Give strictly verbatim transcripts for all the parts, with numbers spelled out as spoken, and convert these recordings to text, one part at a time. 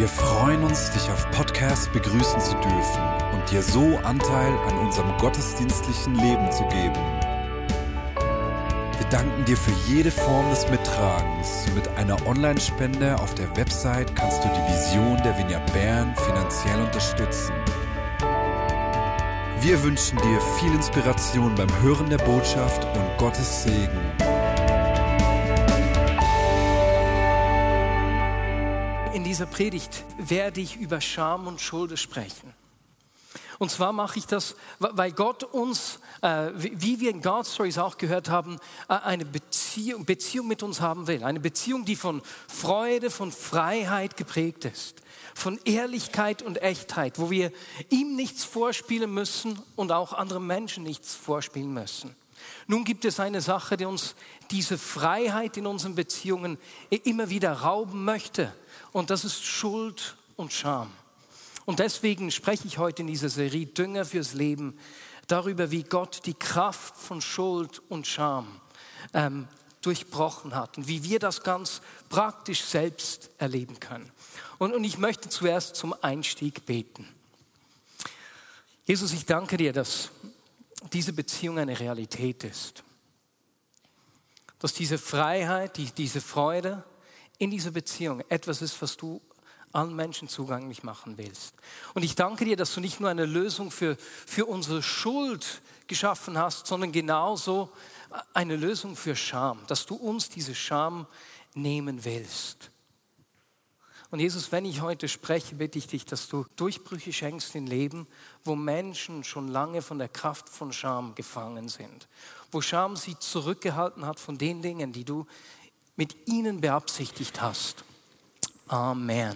Wir freuen uns, dich auf Podcast begrüßen zu dürfen und dir so Anteil an unserem gottesdienstlichen Leben zu geben. Wir danken dir für jede Form des Mittragens. Mit einer Online-Spende auf der Website kannst du die Vision der Vineyard Bern finanziell unterstützen. Wir wünschen dir viel Inspiration beim Hören der Botschaft und Gottes Segen. In dieser Predigt werde ich über Scham und Schuld sprechen. Und zwar mache ich das, weil Gott uns, äh, wie wir in God Stories auch gehört haben, eine Beziehung, Beziehung mit uns haben will. Eine Beziehung, die von Freude, von Freiheit geprägt ist. Von Ehrlichkeit und Echtheit, wo wir ihm nichts vorspielen müssen und auch anderen Menschen nichts vorspielen müssen. Nun gibt es eine Sache, die uns diese Freiheit in unseren Beziehungen immer wieder rauben möchte. Und das ist Schuld und Scham. Und deswegen spreche ich heute in dieser Serie Dünger fürs Leben darüber, wie Gott die Kraft von Schuld und Scham ähm, durchbrochen hat und wie wir das ganz praktisch selbst erleben können. Und, und ich möchte zuerst zum Einstieg beten. Jesus, ich danke dir, dass diese Beziehung eine Realität ist. Dass diese Freiheit, die, diese Freude in dieser Beziehung etwas ist, was du allen Menschen zugänglich machen willst. Und ich danke dir, dass du nicht nur eine Lösung für, für unsere Schuld geschaffen hast, sondern genauso eine Lösung für Scham, dass du uns diese Scham nehmen willst. Und Jesus, wenn ich heute spreche, bitte ich dich, dass du Durchbrüche schenkst in Leben, wo Menschen schon lange von der Kraft von Scham gefangen sind. Wo Scham sie zurückgehalten hat von den Dingen, die du mit ihnen beabsichtigt hast. Amen.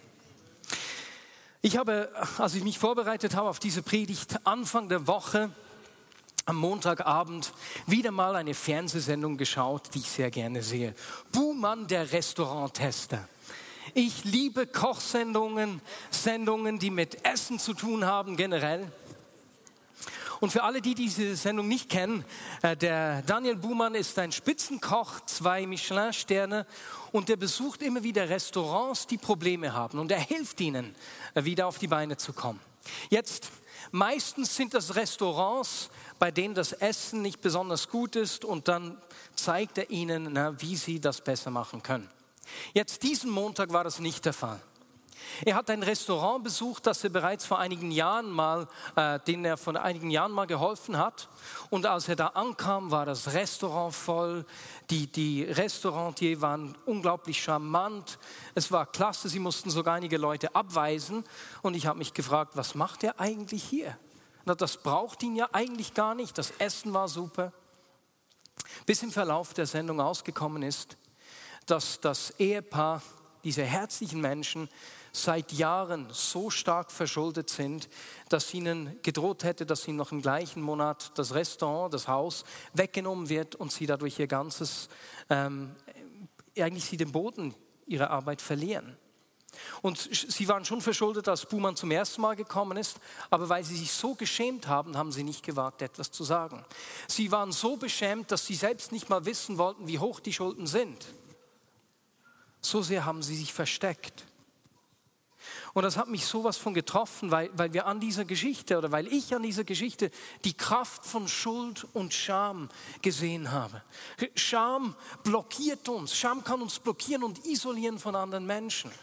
Ich habe, als ich mich vorbereitet habe auf diese Predigt, Anfang der Woche, am Montagabend, wieder mal eine Fernsehsendung geschaut, die ich sehr gerne sehe. Buhmann, der Restauranttester. Ich liebe Kochsendungen, Sendungen, die mit Essen zu tun haben, generell. Und für alle, die diese Sendung nicht kennen, der Daniel Buhmann ist ein Spitzenkoch, zwei Michelin-Sterne und der besucht immer wieder Restaurants, die Probleme haben und er hilft ihnen, wieder auf die Beine zu kommen. Jetzt, meistens sind das Restaurants, bei denen das Essen nicht besonders gut ist und dann zeigt er ihnen, na, wie sie das besser machen können. Jetzt, diesen Montag war das nicht der Fall. Er hat ein Restaurant besucht, das er bereits vor einigen Jahren mal, äh, denen er vor einigen Jahren mal geholfen hat. Und als er da ankam, war das Restaurant voll. Die, die Restaurantiers waren unglaublich charmant. Es war klasse, sie mussten sogar einige Leute abweisen. Und ich habe mich gefragt, was macht er eigentlich hier? Na, das braucht ihn ja eigentlich gar nicht. Das Essen war super. Bis im Verlauf der Sendung ausgekommen ist, dass das Ehepaar, diese herzlichen Menschen, seit Jahren so stark verschuldet sind, dass ihnen gedroht hätte, dass ihnen noch im gleichen Monat das Restaurant, das Haus weggenommen wird und sie dadurch ihr ganzes, ähm, eigentlich sie den Boden ihrer Arbeit verlieren. Und sie waren schon verschuldet, als Buhmann zum ersten Mal gekommen ist, aber weil sie sich so geschämt haben, haben sie nicht gewagt, etwas zu sagen. Sie waren so beschämt, dass sie selbst nicht mal wissen wollten, wie hoch die Schulden sind. So sehr haben sie sich versteckt. Und das hat mich sowas von getroffen, weil, weil wir an dieser Geschichte oder weil ich an dieser Geschichte die Kraft von Schuld und Scham gesehen habe. Scham blockiert uns. Scham kann uns blockieren und isolieren von anderen Menschen.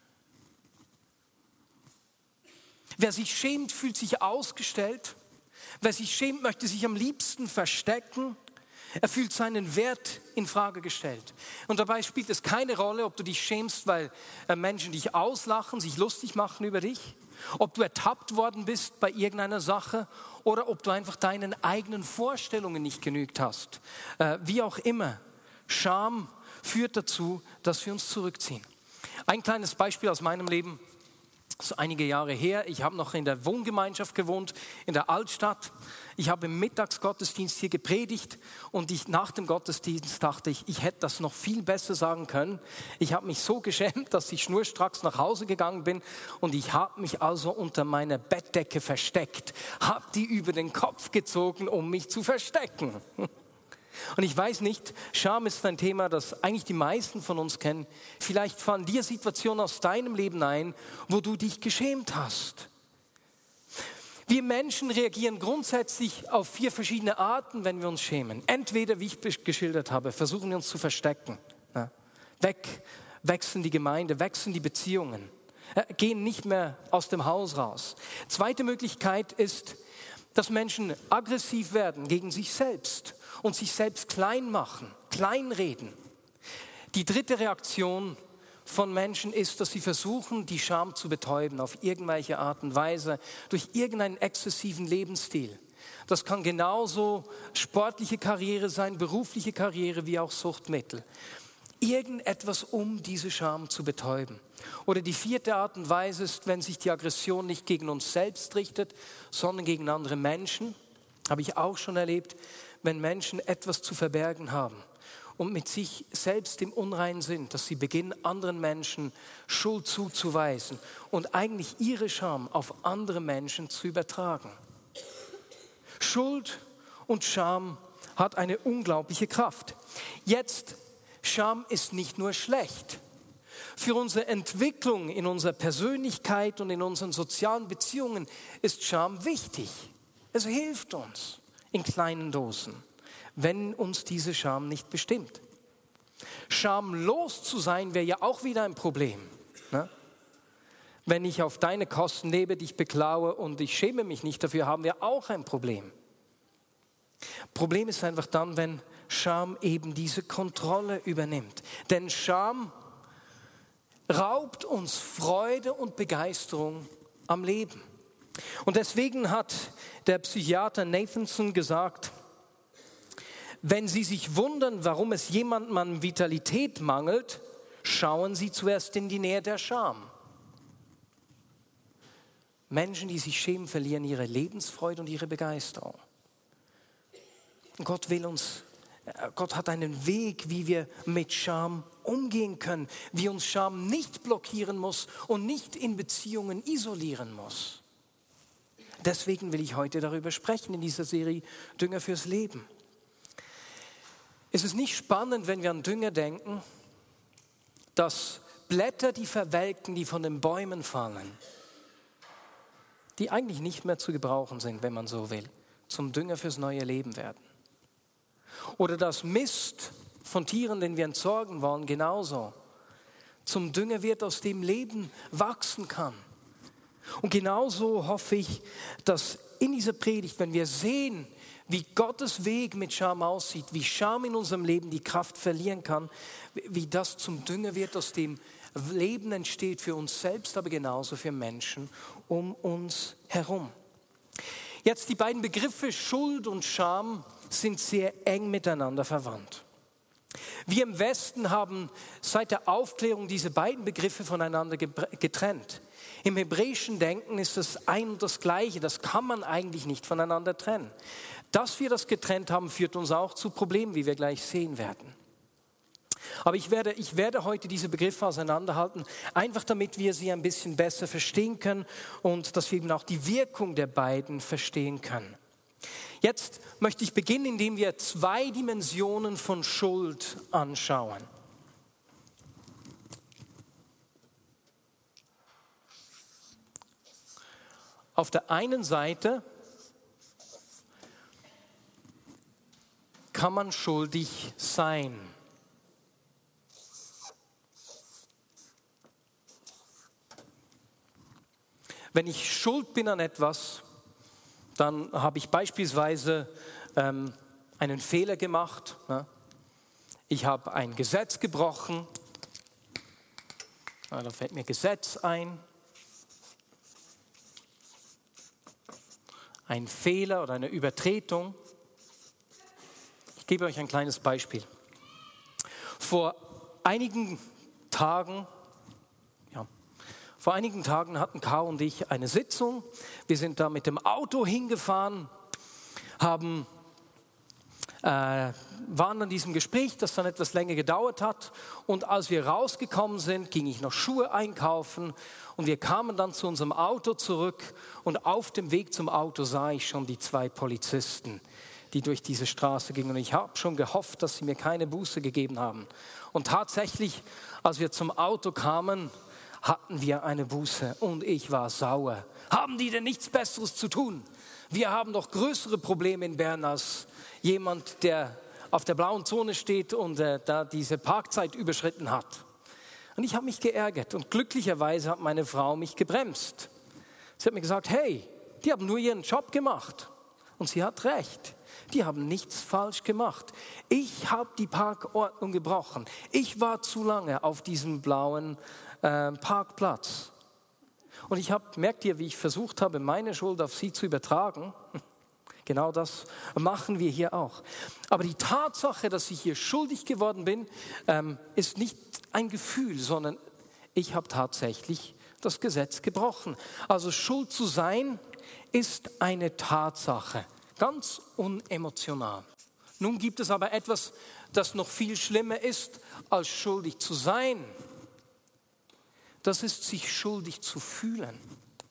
Wer sich schämt, fühlt sich ausgestellt. Wer sich schämt, möchte sich am liebsten verstecken. Er fühlt seinen Wert in Frage gestellt. Und dabei spielt es keine Rolle, ob du dich schämst, weil Menschen dich auslachen, sich lustig machen über dich, ob du ertappt worden bist bei irgendeiner Sache oder ob du einfach deinen eigenen Vorstellungen nicht genügt hast. Wie auch immer, Scham führt dazu, dass wir uns zurückziehen. Ein kleines Beispiel aus meinem Leben. Das ist einige Jahre her. Ich habe noch in der Wohngemeinschaft gewohnt, in der Altstadt. Ich habe im Mittagsgottesdienst hier gepredigt und ich, nach dem Gottesdienst dachte ich, ich hätte das noch viel besser sagen können. Ich habe mich so geschämt, dass ich schnurstracks nach Hause gegangen bin und ich habe mich also unter meiner Bettdecke versteckt, habe die über den Kopf gezogen, um mich zu verstecken. Und ich weiß nicht, Scham ist ein Thema, das eigentlich die meisten von uns kennen. Vielleicht fallen dir Situationen aus deinem Leben ein, wo du dich geschämt hast. Wir Menschen reagieren grundsätzlich auf vier verschiedene Arten, wenn wir uns schämen. Entweder, wie ich geschildert habe, versuchen wir uns zu verstecken. Ja. Weg, wechseln die Gemeinde, wechseln die Beziehungen, äh, gehen nicht mehr aus dem Haus raus. Zweite Möglichkeit ist, dass Menschen aggressiv werden gegen sich selbst und sich selbst klein machen, kleinreden. Die dritte Reaktion von Menschen ist, dass sie versuchen, die Scham zu betäuben auf irgendwelche Art und Weise durch irgendeinen exzessiven Lebensstil. Das kann genauso sportliche Karriere sein, berufliche Karriere wie auch Suchtmittel. Irgendetwas, um diese Scham zu betäuben. Oder die vierte Art und Weise ist, wenn sich die Aggression nicht gegen uns selbst richtet, sondern gegen andere Menschen. Habe ich auch schon erlebt, wenn Menschen etwas zu verbergen haben und mit sich selbst im Unreinen sind, dass sie beginnen, anderen Menschen Schuld zuzuweisen und eigentlich ihre Scham auf andere Menschen zu übertragen. Schuld und Scham hat eine unglaubliche Kraft. Jetzt, Scham ist nicht nur schlecht. Für unsere Entwicklung in unserer Persönlichkeit und in unseren sozialen Beziehungen ist Scham wichtig. Es hilft uns in kleinen Dosen, wenn uns diese Scham nicht bestimmt. Schamlos zu sein wäre ja auch wieder ein Problem. Ne? Wenn ich auf deine Kosten lebe, dich beklaue und ich schäme mich nicht dafür, haben wir auch ein Problem. Problem ist einfach dann, wenn Scham eben diese Kontrolle übernimmt. Denn Scham raubt uns Freude und Begeisterung am Leben. Und deswegen hat der Psychiater Nathanson gesagt, wenn Sie sich wundern, warum es jemandem an Vitalität mangelt, schauen Sie zuerst in die Nähe der Scham. Menschen, die sich schämen, verlieren ihre Lebensfreude und ihre Begeisterung. Gott will uns, Gott hat einen Weg, wie wir mit Scham umgehen können, wie uns Scham nicht blockieren muss und nicht in Beziehungen isolieren muss. Deswegen will ich heute darüber sprechen in dieser Serie Dünger fürs Leben. Es ist nicht spannend, wenn wir an Dünger denken, dass Blätter, die verwelken, die von den Bäumen fallen, die eigentlich nicht mehr zu gebrauchen sind, wenn man so will, zum Dünger fürs neue Leben werden. Oder dass Mist von Tieren, den wir entsorgen wollen, genauso zum Dünger wird, aus dem Leben wachsen kann. Und genauso hoffe ich, dass in dieser Predigt, wenn wir sehen, wie Gottes Weg mit Scham aussieht, wie Scham in unserem Leben die Kraft verlieren kann, wie das zum Dünger wird, aus dem Leben entsteht für uns selbst, aber genauso für Menschen um uns herum. Jetzt die beiden Begriffe Schuld und Scham sind sehr eng miteinander verwandt. Wir im Westen haben seit der Aufklärung diese beiden Begriffe voneinander getrennt. Im hebräischen Denken ist das ein und das Gleiche, das kann man eigentlich nicht voneinander trennen. Dass wir das getrennt haben, führt uns auch zu Problemen, wie wir gleich sehen werden. Aber ich werde, ich werde heute diese Begriffe auseinanderhalten, einfach damit wir sie ein bisschen besser verstehen können und dass wir eben auch die Wirkung der beiden verstehen können. Jetzt möchte ich beginnen, indem wir zwei Dimensionen von Schuld anschauen. Auf der einen Seite kann man schuldig sein. Wenn ich schuld bin an etwas, dann habe ich beispielsweise ähm, einen Fehler gemacht. Ne? Ich habe ein Gesetz gebrochen. Ja, da fällt mir Gesetz ein. Ein Fehler oder eine Übertretung. Ich gebe euch ein kleines Beispiel. Vor einigen Tagen, ja, vor einigen Tagen hatten Caro und ich eine Sitzung. Wir sind da mit dem Auto hingefahren, haben, äh, waren an diesem Gespräch, das dann etwas länger gedauert hat. Und als wir rausgekommen sind, ging ich noch Schuhe einkaufen und wir kamen dann zu unserem Auto zurück und auf dem Weg zum Auto sah ich schon die zwei Polizisten, die durch diese Straße gingen. Und ich habe schon gehofft, dass sie mir keine Buße gegeben haben. Und tatsächlich, als wir zum Auto kamen, hatten wir eine Buße und ich war sauer. Haben die denn nichts Besseres zu tun? Wir haben doch größere Probleme in Bern als jemand, der auf der blauen Zone steht und äh, da diese Parkzeit überschritten hat. Und ich habe mich geärgert und glücklicherweise hat meine Frau mich gebremst. Sie hat mir gesagt, hey, die haben nur ihren Job gemacht. Und sie hat recht, die haben nichts falsch gemacht. Ich habe die Parkordnung gebrochen. Ich war zu lange auf diesem blauen äh, Parkplatz. Und ich habe, merkt ihr, wie ich versucht habe, meine Schuld auf sie zu übertragen? Genau das machen wir hier auch. Aber die Tatsache, dass ich hier schuldig geworden bin, ähm, ist nicht ein Gefühl, sondern ich habe tatsächlich das Gesetz gebrochen. Also schuld zu sein ist eine Tatsache, ganz unemotional. Nun gibt es aber etwas, das noch viel schlimmer ist, als schuldig zu sein. Das ist, sich schuldig zu fühlen.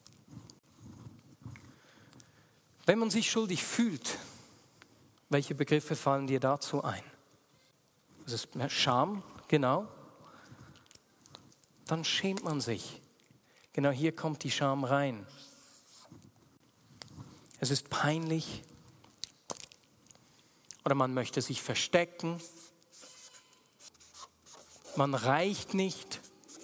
Wenn man sich schuldig fühlt, welche Begriffe fallen dir dazu ein? Das ist Scham, genau. Dann schämt man sich. Genau hier kommt die Scham rein. Es ist peinlich. Oder man möchte sich verstecken. Man reicht nicht.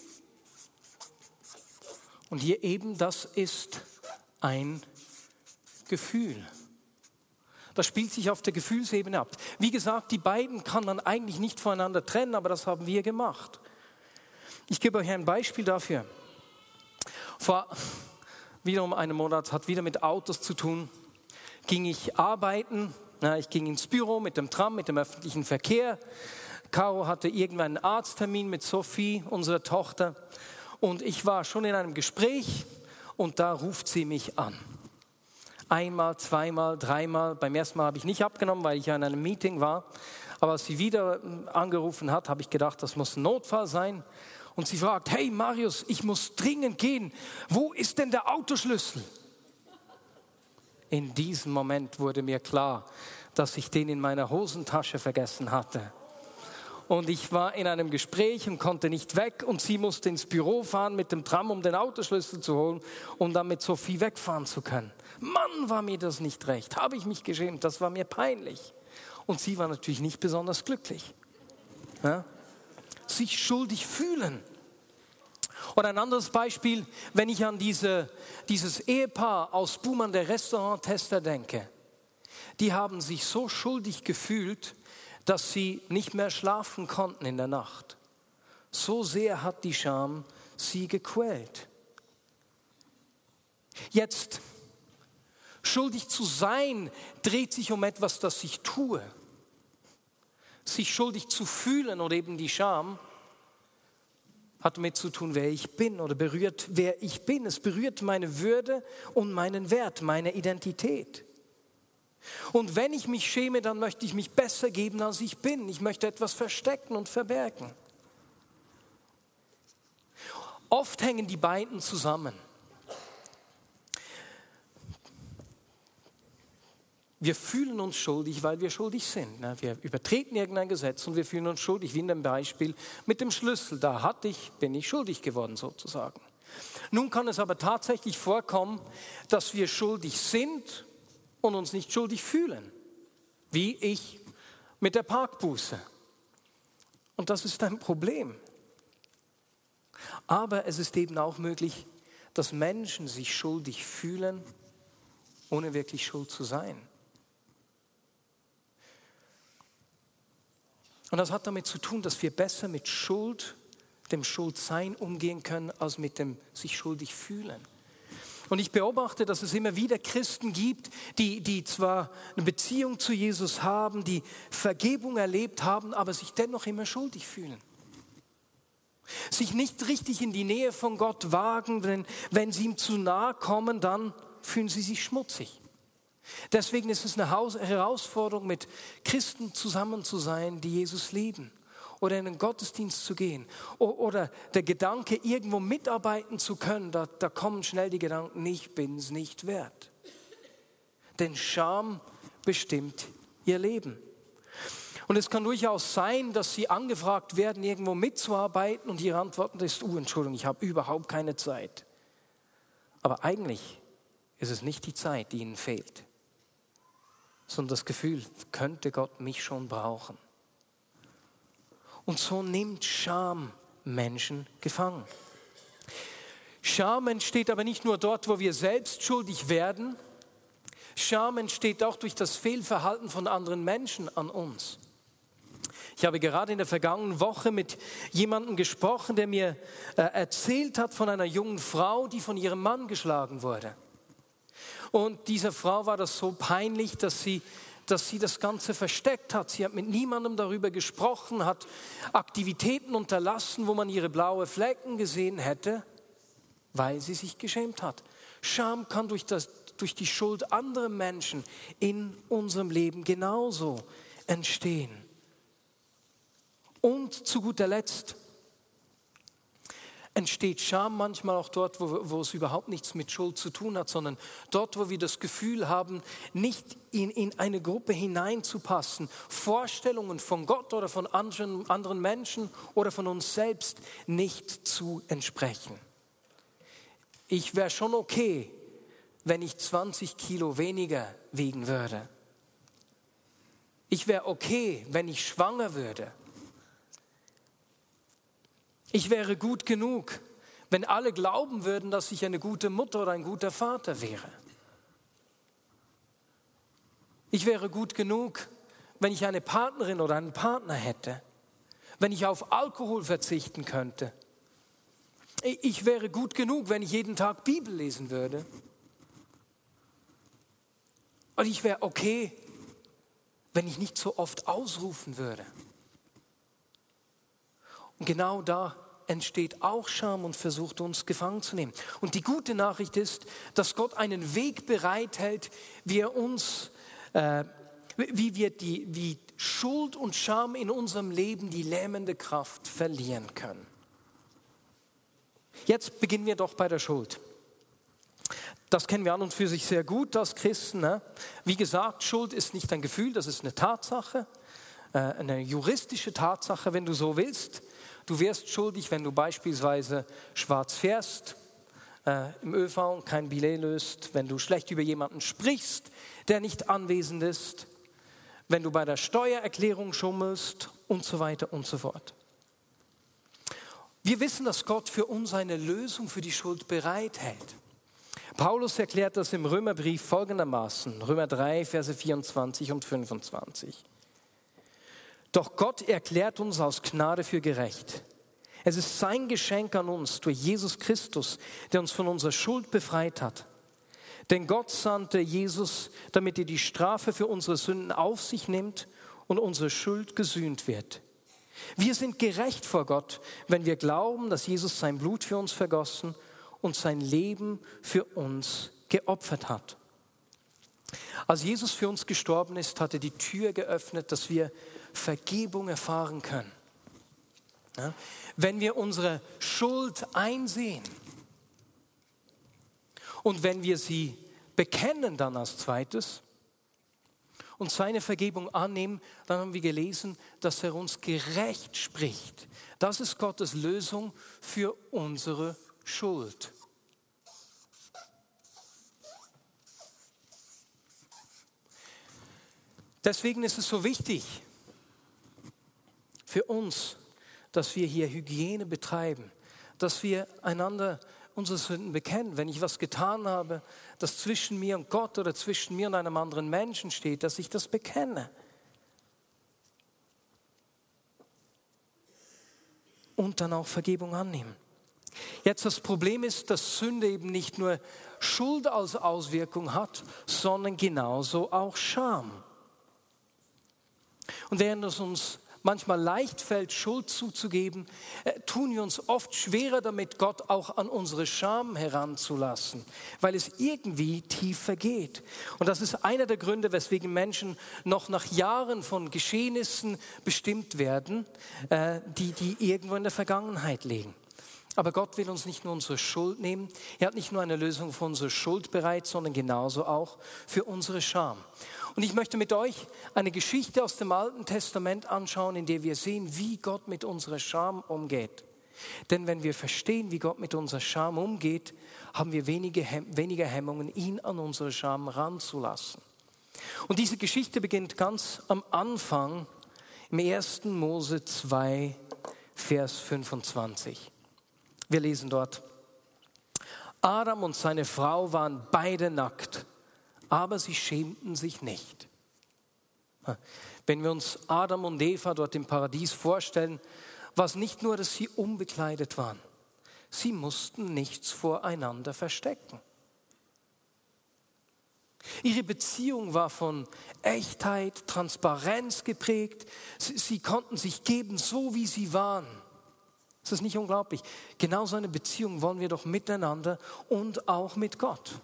Und hier eben, das ist ein Gefühl. Das spielt sich auf der Gefühlsebene ab. Wie gesagt, die beiden kann man eigentlich nicht voneinander trennen, aber das haben wir gemacht. Ich gebe euch ein Beispiel dafür. Vor wiederum einem Monat, hat wieder mit Autos zu tun, ging ich arbeiten. Na, ich ging ins Büro mit dem Tram, mit dem öffentlichen Verkehr. Caro hatte irgendwann einen Arzttermin mit Sophie, unserer Tochter. Und ich war schon in einem Gespräch und da ruft sie mich an. Einmal, zweimal, dreimal. Beim ersten Mal habe ich nicht abgenommen, weil ich ja in einem Meeting war. Aber als sie wieder angerufen hat, habe ich gedacht, das muss ein Notfall sein. Und sie fragt, hey Marius, ich muss dringend gehen. Wo ist denn der Autoschlüssel? In diesem Moment wurde mir klar, dass ich den in meiner Hosentasche vergessen hatte. Und ich war in einem Gespräch und konnte nicht weg. Und sie musste ins Büro fahren mit dem Tram, um den Autoschlüssel zu holen, um dann mit Sophie wegfahren zu können. Mann, war mir das nicht recht. Habe ich mich geschämt. Das war mir peinlich. Und sie war natürlich nicht besonders glücklich. Ja? Sich schuldig fühlen. Oder ein anderes Beispiel, wenn ich an diese, dieses Ehepaar aus Buhmann, der Restauranttester, denke. Die haben sich so schuldig gefühlt, dass sie nicht mehr schlafen konnten in der Nacht. So sehr hat die Scham sie gequält. Jetzt, schuldig zu sein, dreht sich um etwas, das ich tue. Sich schuldig zu fühlen oder eben die Scham hat damit zu tun, wer ich bin oder berührt, wer ich bin. Es berührt meine Würde und meinen Wert, meine Identität. Und wenn ich mich schäme, dann möchte ich mich besser geben, als ich bin. Ich möchte etwas verstecken und verbergen. Oft hängen die beiden zusammen. Wir fühlen uns schuldig, weil wir schuldig sind. Wir übertreten irgendein Gesetz und wir fühlen uns schuldig, wie in dem Beispiel mit dem Schlüssel. Da hatte ich, bin ich schuldig geworden sozusagen. Nun kann es aber tatsächlich vorkommen, dass wir schuldig sind und uns nicht schuldig fühlen, wie ich mit der Parkbuße. Und das ist ein Problem. Aber es ist eben auch möglich, dass Menschen sich schuldig fühlen, ohne wirklich schuld zu sein. Und das hat damit zu tun, dass wir besser mit Schuld, dem Schuldsein umgehen können, als mit dem sich schuldig fühlen. Und ich beobachte, dass es immer wieder Christen gibt, die, die zwar eine Beziehung zu Jesus haben, die Vergebung erlebt haben, aber sich dennoch immer schuldig fühlen. Sich nicht richtig in die Nähe von Gott wagen, denn wenn sie ihm zu nahe kommen, dann fühlen sie sich schmutzig. Deswegen ist es eine Herausforderung, mit Christen zusammen zu sein, die Jesus lieben. Oder in den Gottesdienst zu gehen. Oder der Gedanke, irgendwo mitarbeiten zu können, da, da kommen schnell die Gedanken, ich bin es nicht wert. Denn Scham bestimmt ihr Leben. Und es kann durchaus sein, dass sie angefragt werden, irgendwo mitzuarbeiten und ihre Antwort ist, uh, Entschuldigung, ich habe überhaupt keine Zeit. Aber eigentlich ist es nicht die Zeit, die ihnen fehlt, sondern das Gefühl, könnte Gott mich schon brauchen. Und so nimmt Scham Menschen gefangen. Scham entsteht aber nicht nur dort, wo wir selbst schuldig werden. Scham entsteht auch durch das Fehlverhalten von anderen Menschen an uns. Ich habe gerade in der vergangenen Woche mit jemandem gesprochen, der mir äh, erzählt hat von einer jungen Frau, die von ihrem Mann geschlagen wurde. Und dieser Frau war das so peinlich, dass sie, dass sie das Ganze versteckt hat. Sie hat mit niemandem darüber gesprochen, hat Aktivitäten unterlassen, wo man ihre blauen Flecken gesehen hätte, weil sie sich geschämt hat. Scham kann durch, das, durch die Schuld anderer Menschen in unserem Leben genauso entstehen. Und zu guter Letzt entsteht Scham manchmal auch dort, wo, wo es überhaupt nichts mit Schuld zu tun hat, sondern dort, wo wir das Gefühl haben, nicht in, in eine Gruppe hineinzupassen, Vorstellungen von Gott oder von anderen, anderen Menschen oder von uns selbst nicht zu entsprechen. Ich wäre schon okay, wenn ich zwanzig Kilo weniger wiegen würde. Ich wäre okay, wenn ich schwanger würde. Ich wäre gut genug, wenn alle glauben würden, dass ich eine gute Mutter oder ein guter Vater wäre. Ich wäre gut genug, wenn ich eine Partnerin oder einen Partner hätte, wenn ich auf Alkohol verzichten könnte. Ich wäre gut genug, wenn ich jeden Tag Bibel lesen würde. Und ich wäre okay, wenn ich nicht so oft ausrufen würde. Und genau da entsteht auch Scham und versucht uns gefangen zu nehmen. Und die gute Nachricht ist, dass Gott einen Weg bereithält, wie er uns, äh, wie wir die, wie Schuld und Scham in unserem Leben die lähmende Kraft verlieren können. Jetzt beginnen wir doch bei der Schuld. Das kennen wir an und für sich sehr gut als Christen. Ne? Wie gesagt, Schuld ist nicht ein Gefühl, das ist eine Tatsache, äh, eine juristische Tatsache, wenn du so willst. Du wirst schuldig, wenn du beispielsweise schwarz fährst, äh, im Ö V und kein Billett löst, wenn du schlecht über jemanden sprichst, der nicht anwesend ist, wenn du bei der Steuererklärung schummelst und so weiter und so fort. Wir wissen, dass Gott für uns eine Lösung für die Schuld bereithält. Paulus erklärt das im Römerbrief folgendermaßen, Römer drei, Verse vierundzwanzig und fünfundzwanzig. Doch Gott erklärt uns aus Gnade für gerecht. Es ist sein Geschenk an uns durch Jesus Christus, der uns von unserer Schuld befreit hat. Denn Gott sandte Jesus, damit er die Strafe für unsere Sünden auf sich nimmt und unsere Schuld gesühnt wird. Wir sind gerecht vor Gott, wenn wir glauben, dass Jesus sein Blut für uns vergossen und sein Leben für uns geopfert hat. Als Jesus für uns gestorben ist, hat er die Tür geöffnet, dass wir Vergebung erfahren können. Ja? Wenn wir unsere Schuld einsehen und wenn wir sie bekennen dann als zweites und seine Vergebung annehmen, dann haben wir gelesen, dass er uns gerecht spricht. Das ist Gottes Lösung für unsere Schuld. Deswegen ist es so wichtig für uns, dass wir hier Hygiene betreiben, dass wir einander unsere Sünden bekennen. Wenn ich was getan habe, das zwischen mir und Gott oder zwischen mir und einem anderen Menschen steht, dass ich das bekenne. Und dann auch Vergebung annehmen. Jetzt das Problem ist, dass Sünde eben nicht nur Schuld als Auswirkung hat, sondern genauso auch Scham. Und während es uns manchmal leicht fällt, Schuld zuzugeben, äh, tun wir uns oft schwerer damit, Gott auch an unsere Scham heranzulassen, weil es irgendwie tief vergeht. Und das ist einer der Gründe, weswegen Menschen noch nach Jahren von Geschehnissen bestimmt werden, äh, die, die irgendwo in der Vergangenheit liegen. Aber Gott will uns nicht nur unsere Schuld nehmen. Er hat nicht nur eine Lösung für unsere Schuld bereit, sondern genauso auch für unsere Scham. Und ich möchte mit euch eine Geschichte aus dem Alten Testament anschauen, in der wir sehen, wie Gott mit unserer Scham umgeht. Denn wenn wir verstehen, wie Gott mit unserer Scham umgeht, haben wir wenige, weniger Hemmungen, ihn an unsere Scham ranzulassen. Und diese Geschichte beginnt ganz am Anfang im ersten Mose zwei, Vers fünfundzwanzig. Wir lesen dort: Adam und seine Frau waren beide nackt, aber sie schämten sich nicht. Wenn wir uns Adam und Eva dort im Paradies vorstellen, war es nicht nur, dass sie unbekleidet waren. Sie mussten nichts voreinander verstecken. Ihre Beziehung war von Echtheit, Transparenz geprägt. Sie, sie konnten sich geben, so wie sie waren. Das ist nicht unglaublich. Genau so eine Beziehung wollen wir doch miteinander und auch mit Gott.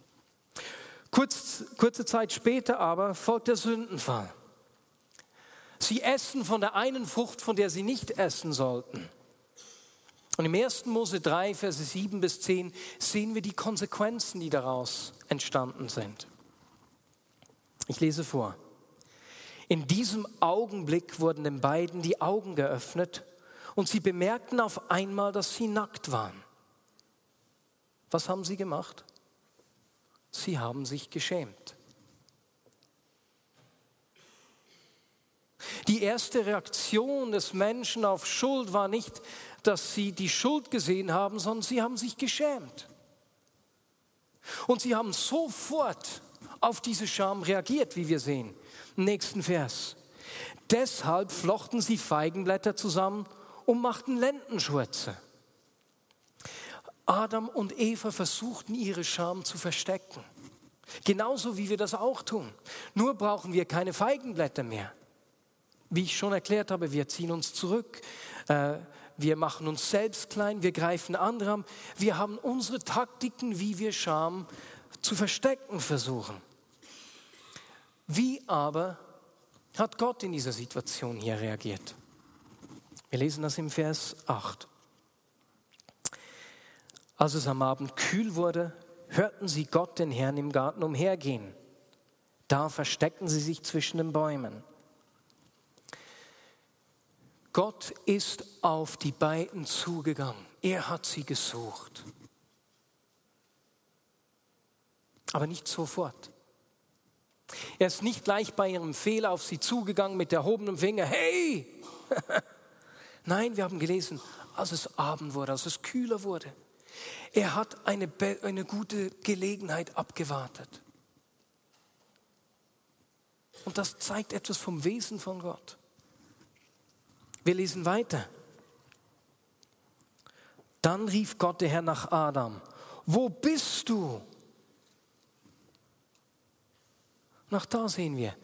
Kurz, kurze Zeit später aber folgt der Sündenfall. Sie essen von der einen Frucht, von der sie nicht essen sollten. Und im ersten Mose drei, Verse sieben bis zehn sehen wir die Konsequenzen, die daraus entstanden sind. Ich lese vor. In diesem Augenblick wurden den beiden die Augen geöffnet und sie bemerkten auf einmal, dass sie nackt waren. Was haben sie gemacht? Sie haben sich geschämt. Die erste Reaktion des Menschen auf Schuld war nicht, dass sie die Schuld gesehen haben, sondern sie haben sich geschämt. Und sie haben sofort auf diese Scham reagiert, wie wir sehen. Im nächsten Vers. Deshalb flochten sie Feigenblätter zusammen und machten Lendenschurze. Adam und Eva versuchten, ihre Scham zu verstecken. Genauso wie wir das auch tun. Nur brauchen wir keine Feigenblätter mehr. Wie ich schon erklärt habe, wir ziehen uns zurück, äh, wir machen uns selbst klein, wir greifen andere an. Wir haben unsere Taktiken, wie wir Scham zu verstecken versuchen. Wie aber hat Gott in dieser Situation hier reagiert? Wir lesen das im Vers acht. Als es am Abend kühl wurde, hörten sie Gott, den Herrn, im Garten umhergehen. Da versteckten sie sich zwischen den Bäumen. Gott ist auf die beiden zugegangen. Er hat sie gesucht. Aber nicht sofort. Er ist nicht gleich bei ihrem Fehler auf sie zugegangen mit erhobenem Finger. Hey! Nein, wir haben gelesen, als es Abend wurde, als es kühler wurde. Er hat eine, eine gute Gelegenheit abgewartet. Und das zeigt etwas vom Wesen von Gott. Wir lesen weiter. Dann rief Gott, der Herr, nach Adam. Wo bist du? Nach da sehen wir.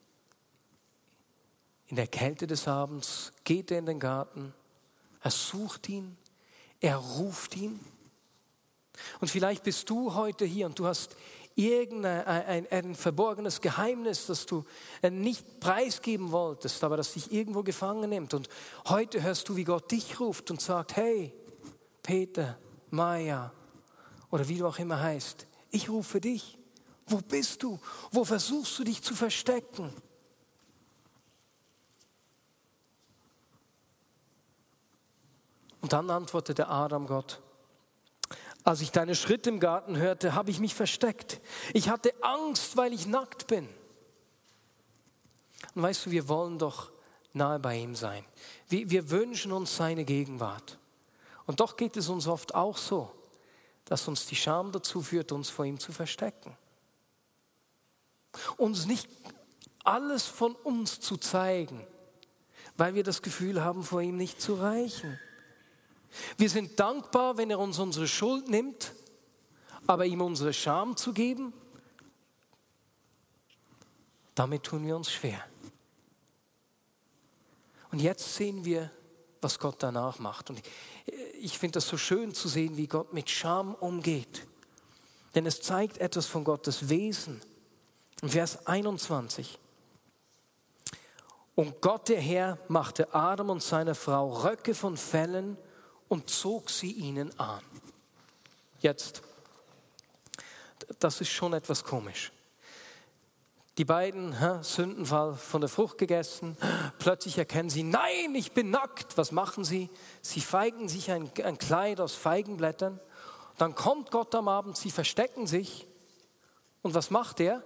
In der Kälte des Abends geht er in den Garten. Er sucht ihn. Er ruft ihn. Und vielleicht bist du heute hier und du hast irgendein ein, ein verborgenes Geheimnis, das du nicht preisgeben wolltest, aber das dich irgendwo gefangen nimmt. Und heute hörst du, wie Gott dich ruft und sagt, hey, Peter, Maja oder wie du auch immer heißt, ich rufe dich. Wo bist du? Wo versuchst du dich zu verstecken? Und dann antwortete Adam Gott: Als ich deine Schritte im Garten hörte, habe ich mich versteckt. Ich hatte Angst, weil ich nackt bin. Und weißt du, wir wollen doch nahe bei ihm sein. Wir, wir wünschen uns seine Gegenwart. Und doch geht es uns oft auch so, dass uns die Scham dazu führt, uns vor ihm zu verstecken. Uns nicht alles von uns zu zeigen, weil wir das Gefühl haben, vor ihm nicht zu reichen. Wir sind dankbar, wenn er uns unsere Schuld nimmt, aber ihm unsere Scham zu geben, damit tun wir uns schwer. Und jetzt sehen wir, was Gott danach macht. Und ich finde das so schön zu sehen, wie Gott mit Scham umgeht. Denn es zeigt etwas von Gottes Wesen. In Vers einundzwanzig. Und Gott, der Herr, machte Adam und seiner Frau Röcke von Fellen und zog sie ihnen an. Jetzt, das ist schon etwas komisch. Die beiden, hä, Sündenfall, von der Frucht gegessen, plötzlich erkennen sie, nein, ich bin nackt. Was machen sie? Sie feigen sich ein, ein Kleid aus Feigenblättern. Dann kommt Gott am Abend, sie verstecken sich. Und was macht er?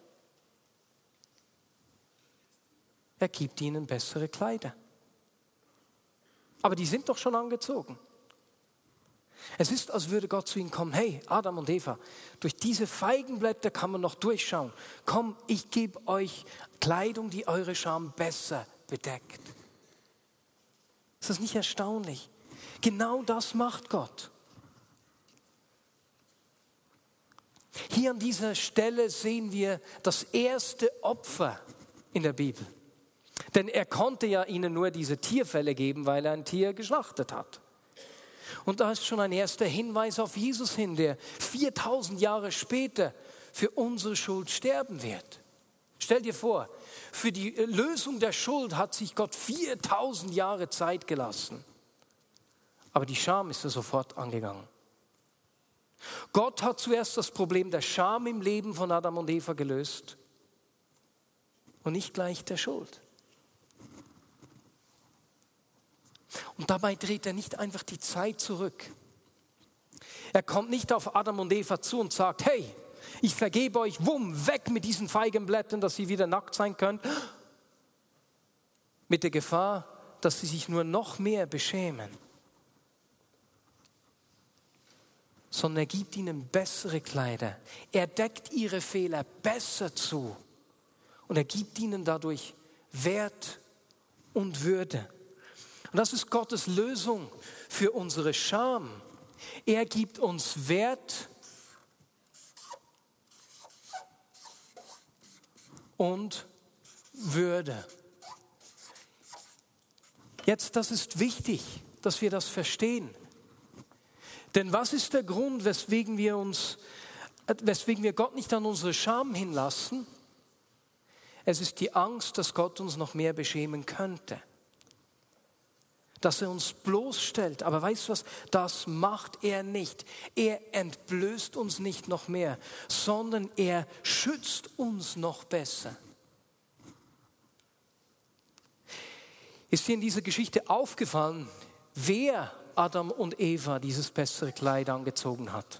Er gibt ihnen bessere Kleider. Aber die sind doch schon angezogen. Es ist, als würde Gott zu ihnen kommen, hey Adam und Eva, durch diese Feigenblätter kann man noch durchschauen. Komm, ich gebe euch Kleidung, die eure Scham besser bedeckt. Ist das nicht erstaunlich? Genau das macht Gott. Hier an dieser Stelle sehen wir das erste Opfer in der Bibel. Denn er konnte ja ihnen nur diese Tierfelle geben, weil er ein Tier geschlachtet hat. Und da ist schon ein erster Hinweis auf Jesus hin, der viertausend Jahre später für unsere Schuld sterben wird. Stell dir vor, für die Lösung der Schuld hat sich Gott viertausend Jahre Zeit gelassen. Aber die Scham ist er sofort angegangen. Gott hat zuerst das Problem der Scham im Leben von Adam und Eva gelöst und nicht gleich der Schuld. Und dabei dreht er nicht einfach die Zeit zurück. Er kommt nicht auf Adam und Eva zu und sagt, hey, ich vergebe euch, wumm, weg mit diesen Feigenblättern, dass ihr wieder nackt sein könnt. Mit der Gefahr, dass sie sich nur noch mehr beschämen. Sondern er gibt ihnen bessere Kleider. Er deckt ihre Fehler besser zu. Und er gibt ihnen dadurch Wert und Würde. Und das ist Gottes Lösung für unsere Scham. Er gibt uns Wert und Würde. Jetzt, das ist wichtig, dass wir das verstehen. Denn was ist der Grund, weswegen wir uns, weswegen wir Gott nicht an unsere Scham hinlassen? Es ist die Angst, dass Gott uns noch mehr beschämen könnte. Dass er uns bloßstellt. Aber weißt du was? Das macht er nicht. Er entblößt uns nicht noch mehr, sondern er schützt uns noch besser. Ist dir in dieser Geschichte aufgefallen, wer Adam und Eva dieses bessere Kleid angezogen hat?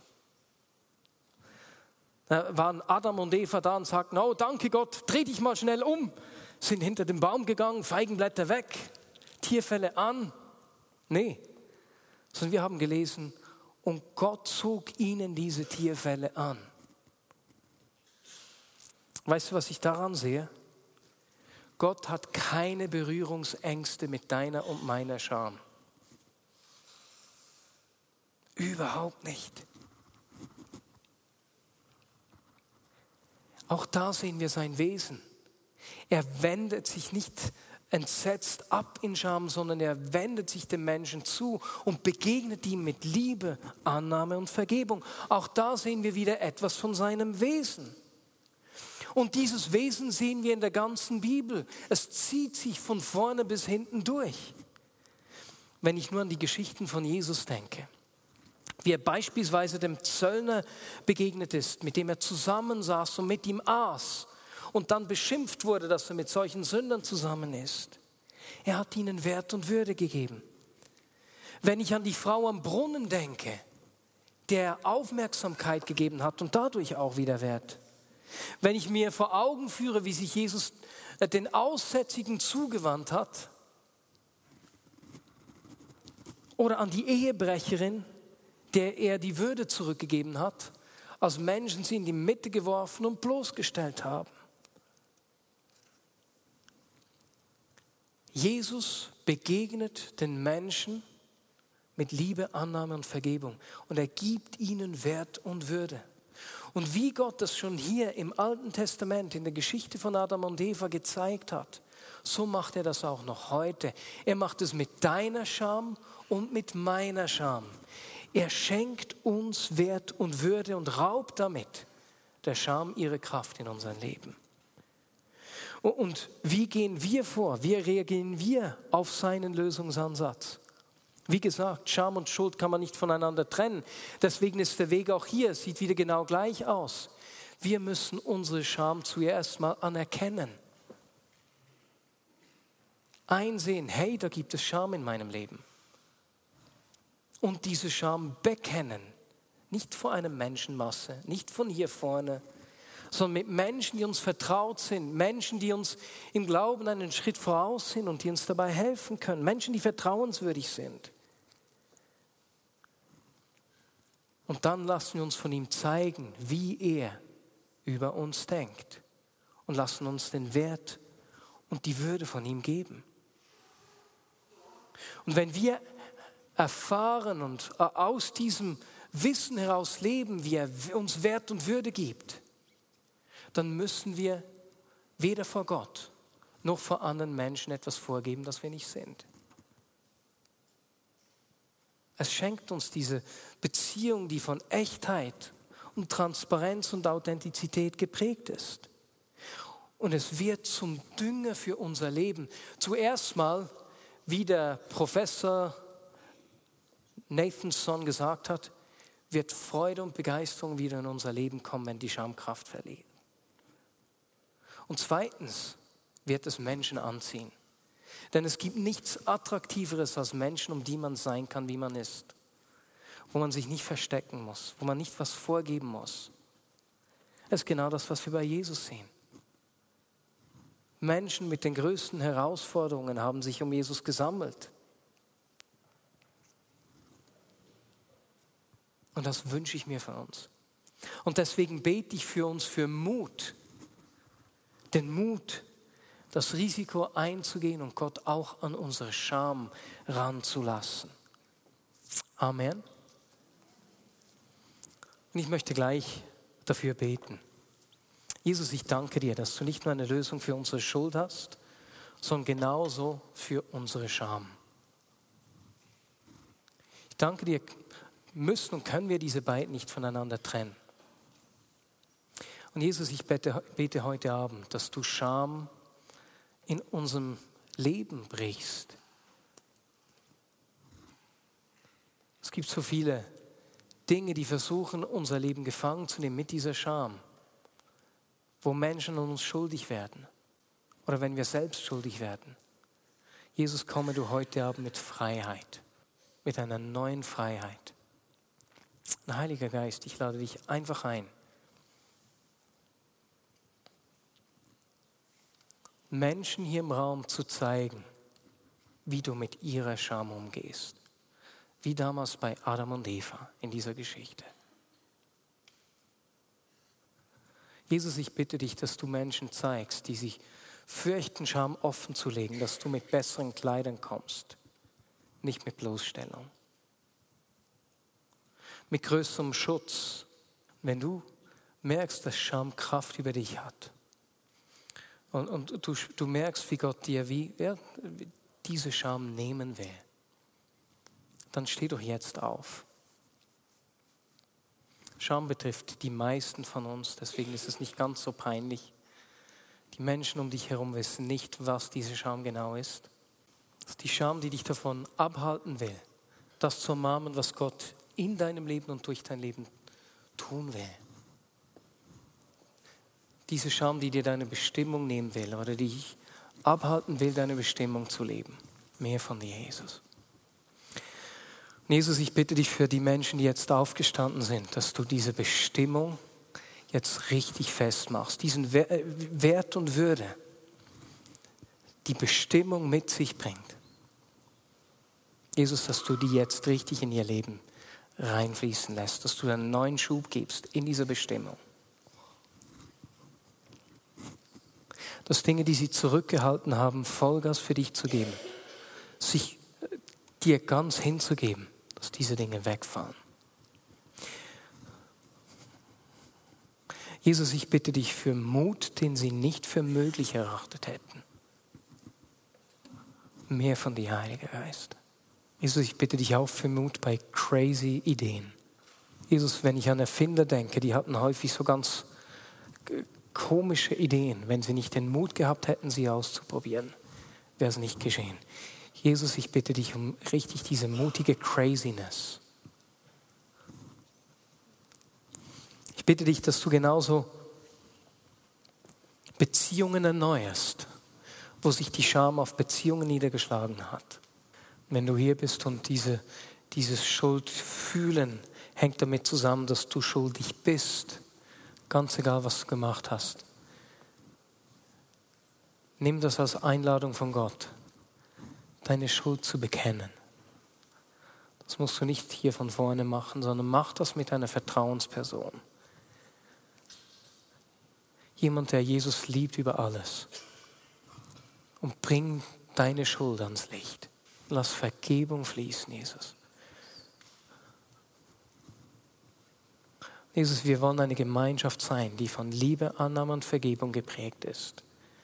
Da waren Adam und Eva da und sagten, oh danke Gott, dreh dich mal schnell um. Sind hinter den Baum gegangen, Feigenblätter weg. Tierfelle an? Nee, sondern wir haben gelesen, und Gott zog ihnen diese Tierfelle an. Weißt du, was ich daran sehe? Gott hat keine Berührungsängste mit deiner und meiner Scham. Überhaupt nicht. Auch da sehen wir sein Wesen. Er wendet sich nicht entsetzt ab in Scham, sondern er wendet sich dem Menschen zu und begegnet ihm mit Liebe, Annahme und Vergebung. Auch da sehen wir wieder etwas von seinem Wesen. Und dieses Wesen sehen wir in der ganzen Bibel. Es zieht sich von vorne bis hinten durch. Wenn ich nur an die Geschichten von Jesus denke, wie er beispielsweise dem Zöllner begegnet ist, mit dem er zusammensaß und mit ihm aß, und dann beschimpft wurde, dass er mit solchen Sündern zusammen ist. Er hat ihnen Wert und Würde gegeben. Wenn ich an die Frau am Brunnen denke, der Aufmerksamkeit gegeben hat und dadurch auch wieder Wert. Wenn ich mir vor Augen führe, wie sich Jesus den Aussätzigen zugewandt hat, oder an die Ehebrecherin, der er die Würde zurückgegeben hat, als Menschen sie in die Mitte geworfen und bloßgestellt haben. Jesus begegnet den Menschen mit Liebe, Annahme und Vergebung und er gibt ihnen Wert und Würde. Und wie Gott das schon hier im Alten Testament in der Geschichte von Adam und Eva gezeigt hat, so macht er das auch noch heute. Er macht es mit deiner Scham und mit meiner Scham. Er schenkt uns Wert und Würde und raubt damit der Scham ihre Kraft in unserem Leben. Und wie gehen wir vor? Wie reagieren wir auf seinen Lösungsansatz? Wie gesagt, Scham und Schuld kann man nicht voneinander trennen. Deswegen ist der Weg auch hier, sieht wieder genau gleich aus. Wir müssen unsere Scham zuerst mal anerkennen. Einsehen, hey, da gibt es Scham in meinem Leben. Und diese Scham bekennen. Nicht vor einer Menschenmasse, nicht von hier vorne, sondern mit Menschen, die uns vertraut sind. Menschen, die uns im Glauben einen Schritt voraus sind und die uns dabei helfen können. Menschen, die vertrauenswürdig sind. Und dann lassen wir uns von ihm zeigen, wie er über uns denkt. Und lassen uns den Wert und die Würde von ihm geben. Und wenn wir erfahren und aus diesem Wissen heraus leben, wie er uns Wert und Würde gibt, dann müssen wir weder vor Gott noch vor anderen Menschen etwas vorgeben, das wir nicht sind. Es schenkt uns diese Beziehung, die von Echtheit und Transparenz und Authentizität geprägt ist. Und es wird zum Dünger für unser Leben. Zuerst mal, wie der Professor Nathanson gesagt hat, wird Freude und Begeisterung wieder in unser Leben kommen, wenn die Scham Kraft verliert. Und zweitens wird es Menschen anziehen. Denn es gibt nichts Attraktiveres als Menschen, um die man sein kann, wie man ist. Wo man sich nicht verstecken muss, wo man nicht was vorgeben muss. Das ist genau das, was wir bei Jesus sehen. Menschen mit den größten Herausforderungen haben sich um Jesus gesammelt. Und das wünsche ich mir von uns. Und deswegen bete ich für uns für Mut. Den Mut, das Risiko einzugehen und Gott auch an unsere Scham ranzulassen. Amen. Und ich möchte gleich dafür beten. Jesus, ich danke dir, dass du nicht nur eine Lösung für unsere Schuld hast, sondern genauso für unsere Scham. Ich danke dir, müssen und können wir diese beiden nicht voneinander trennen. Und Jesus, ich bete, bete heute Abend, dass du Scham in unserem Leben brichst. Es gibt so viele Dinge, die versuchen, unser Leben gefangen zu nehmen mit dieser Scham, wo Menschen an uns schuldig werden oder wenn wir selbst schuldig werden. Jesus, komme du heute Abend mit Freiheit, mit einer neuen Freiheit. Und Heiliger Geist, ich lade dich einfach ein, Menschen hier im Raum zu zeigen, wie du mit ihrer Scham umgehst. Wie damals bei Adam und Eva in dieser Geschichte. Jesus, ich bitte dich, dass du Menschen zeigst, die sich fürchten, Scham offen zu legen, dass du mit besseren Kleidern kommst, nicht mit Bloßstellung. Mit größerem Schutz, wenn du merkst, dass Scham Kraft über dich hat. Und, und du, du merkst, wie Gott dir wie, ja, diese Scham nehmen will. Dann steh doch jetzt auf. Scham betrifft die meisten von uns, deswegen ist es nicht ganz so peinlich. Die Menschen um dich herum wissen nicht, was diese Scham genau ist. Das ist die Scham, die dich davon abhalten will, das zu umarmen, was Gott in deinem Leben und durch dein Leben tun will. Diese Scham, die dir deine Bestimmung nehmen will oder die dich abhalten will, deine Bestimmung zu leben. Mehr von dir, Jesus. Jesus, ich bitte dich für die Menschen, die jetzt aufgestanden sind, dass du diese Bestimmung jetzt richtig festmachst. Diesen Wert und Würde, die Bestimmung mit sich bringt. Jesus, dass du die jetzt richtig in ihr Leben reinfließen lässt, dass du einen neuen Schub gibst in diese Bestimmung. Dass Dinge, die sie zurückgehalten haben, Vollgas für dich zu geben, sich dir ganz hinzugeben, dass diese Dinge wegfallen. Jesus, ich bitte dich für Mut, den sie nicht für möglich erachtet hätten. Mehr von dir, Heiliger Geist. Jesus, ich bitte dich auch für Mut bei crazy Ideen. Jesus, wenn ich an Erfinder denke, die hatten häufig so ganz komische Ideen. Wenn sie nicht den Mut gehabt hätten, sie auszuprobieren, wäre es nicht geschehen. Jesus, ich bitte dich um richtig diese mutige Craziness. Ich bitte dich, dass du genauso Beziehungen erneuerst, wo sich die Scham auf Beziehungen niedergeschlagen hat. Wenn du hier bist und diese, dieses Schuldfühlen hängt damit zusammen, dass du schuldig bist, ganz egal, was du gemacht hast. Nimm das als Einladung von Gott, deine Schuld zu bekennen. Das musst du nicht hier von vorne machen, sondern mach das mit einer Vertrauensperson. Jemand, der Jesus liebt über alles. Und bring deine Schuld ans Licht. Lass Vergebung fließen, Jesus. Jesus, wir wollen eine Gemeinschaft sein, die von Liebe, Annahme und Vergebung geprägt ist.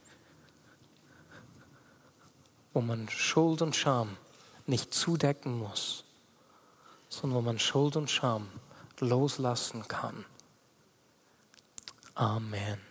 Wo man Schuld und Scham nicht zudecken muss, sondern wo man Schuld und Scham loslassen kann. Amen.